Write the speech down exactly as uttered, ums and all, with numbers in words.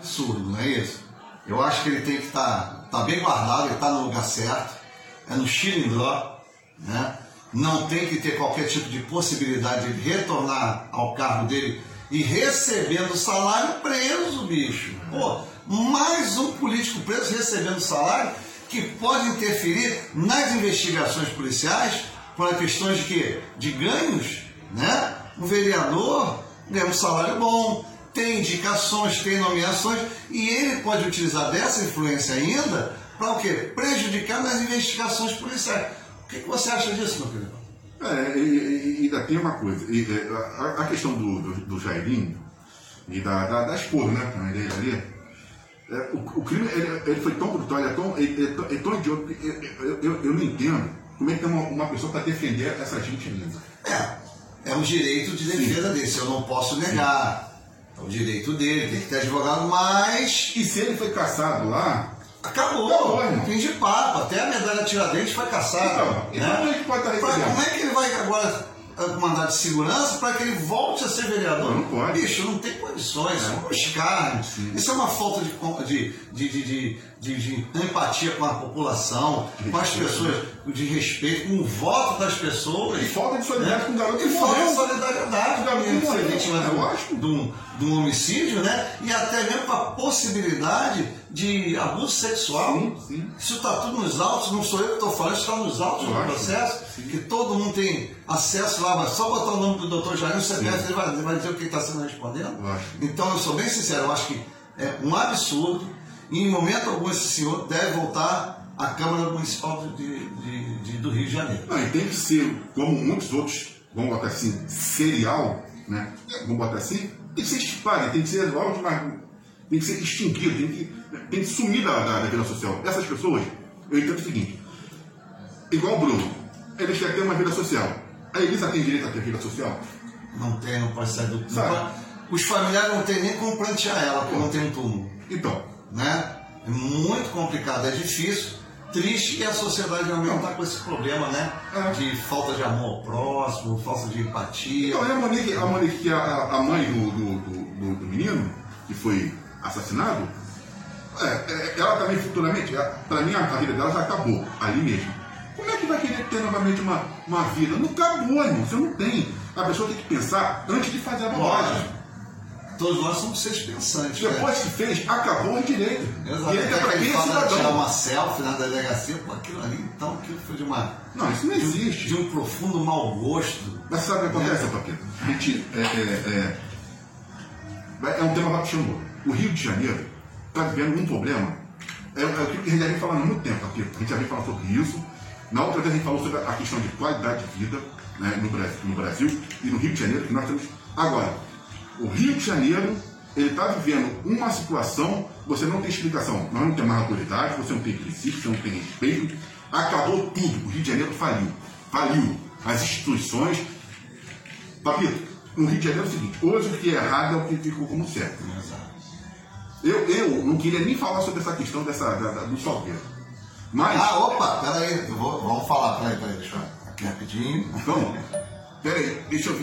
Absurdo, não é isso? Eu acho que ele tem que estar tá, tá bem guardado, ele está no lugar certo, é no xilindró, né? Não tem que ter qualquer tipo de possibilidade de retornar ao cargo dele e recebendo salário preso, bicho. Pô, mais um político preso recebendo salário que pode interferir nas investigações policiais para questões de quê? De ganhos, né? O vereador ganha um salário bom, tem indicações, tem nomeações, e ele pode utilizar dessa influência ainda para o quê? Prejudicar nas investigações policiais. O que, que você acha disso, meu querido? É, e, e ainda tem uma coisa, e, a, a questão do, do, do Jairinho e da, da, da esposa, né, também dele ali, é, o, o crime ele, ele foi tão brutal, ele é tão, ele, ele é tão, é tão idiota, eu, eu, eu, eu não entendo como é que tem uma, uma pessoa para defender essa gente linda. É, é um direito de defesa Sim. desse, eu não posso negar. Sim. É o direito dele, tem que ter advogado, mas... E se ele foi caçado lá... Acabou, Acabou fim de papo, até a medalha Tiradentes foi caçada. Então, né? Como é que pode estar pra, como é que ele vai agora mandar de segurança para que ele volte a ser vereador? Não, não pode. Bicho, não tem condições, é um escárnio. Isso é uma falta de, de, de, de, de, de empatia com a população, de com as pessoas, de respeito, com o voto das pessoas. E falta de solidariedade né? com o garoto que E morreu. falta de solidariedade com o ser vítima de um, de um homicídio, né? E até mesmo com a possibilidade de abuso sexual. Sim, sim. Isso está tudo nos autos, não sou eu que estou falando, isso está nos autos do processo, sim. que todo mundo tem acesso lá, mas só botar o nome do doutor Jairinho, o C P F, ele vai, ele vai dizer o que está sendo respondendo. Então eu sou bem sincero, eu acho que é um absurdo, e em momento algum esse senhor deve voltar à Câmara Municipal de, de, de, do Rio de Janeiro. Não, e tem que ser, como muitos outros, vamos botar assim, serial, né? Vamos botar assim, tem que ser estipado, tem que ser logo de mais. Tem que ser extinguido, tem que, tem que sumir da, da, da vida social. Essas pessoas, eu entendo o seguinte, igual o Bruno, eles querem ter uma vida social. A Elisa tem direito a ter vida social? Não tem, não pode sair do túmulo. Os familiares não tem nem como plantear ela, porque não tem um túmulo. Então. Né? É muito complicado, é difícil, triste, e a sociedade realmente está com esse problema, né? É. De falta de amor ao próximo, falta de empatia. Então, a Monique, a, Monique, a, a mãe do, do, do, do menino, que foi assassinado, é, é, ela também futuramente, para mim a vida dela já acabou, ali mesmo. Como é que vai querer ter novamente uma, uma vida? Não acabou, irmão, você não tem. A pessoa tem que pensar antes de fazer a bobagem. Todos nós somos seres pensantes. Depois que fez, acabou o direito. Exato. Direito é para quem é cidadão. Tirar uma selfie na delegacia, pô, aquilo ali, então, aquilo foi de uma... Não, isso não existe. De um profundo mau gosto. Mas sabe o que acontece, é. Paquito? A gente... É, é, é, é um tema baixando. O Rio de Janeiro está vivendo um problema, é, é o que a gente já vem falando há muito tempo aqui, a gente já vem falando sobre isso. Na outra vez a gente falou sobre a questão de qualidade de vida, né, no, Brasil, no Brasil e no Rio de Janeiro, que nós temos agora. O Rio de Janeiro, ele está vivendo uma situação, você não tem explicação, nós não temos mais autoridade, você não tem princípio, você não tem respeito, acabou tudo, o Rio de Janeiro faliu, faliu as instituições. Papito, no Rio de Janeiro é o seguinte, hoje o que é errado é o que ficou como certo. Eu, eu não queria nem falar sobre essa questão dessa, da, da, do Salgueiro. Mas... Ah, opa, peraí, eu vou, vamos falar, peraí, peraí, deixa eu aqui rapidinho. Então, peraí, deixa eu ver.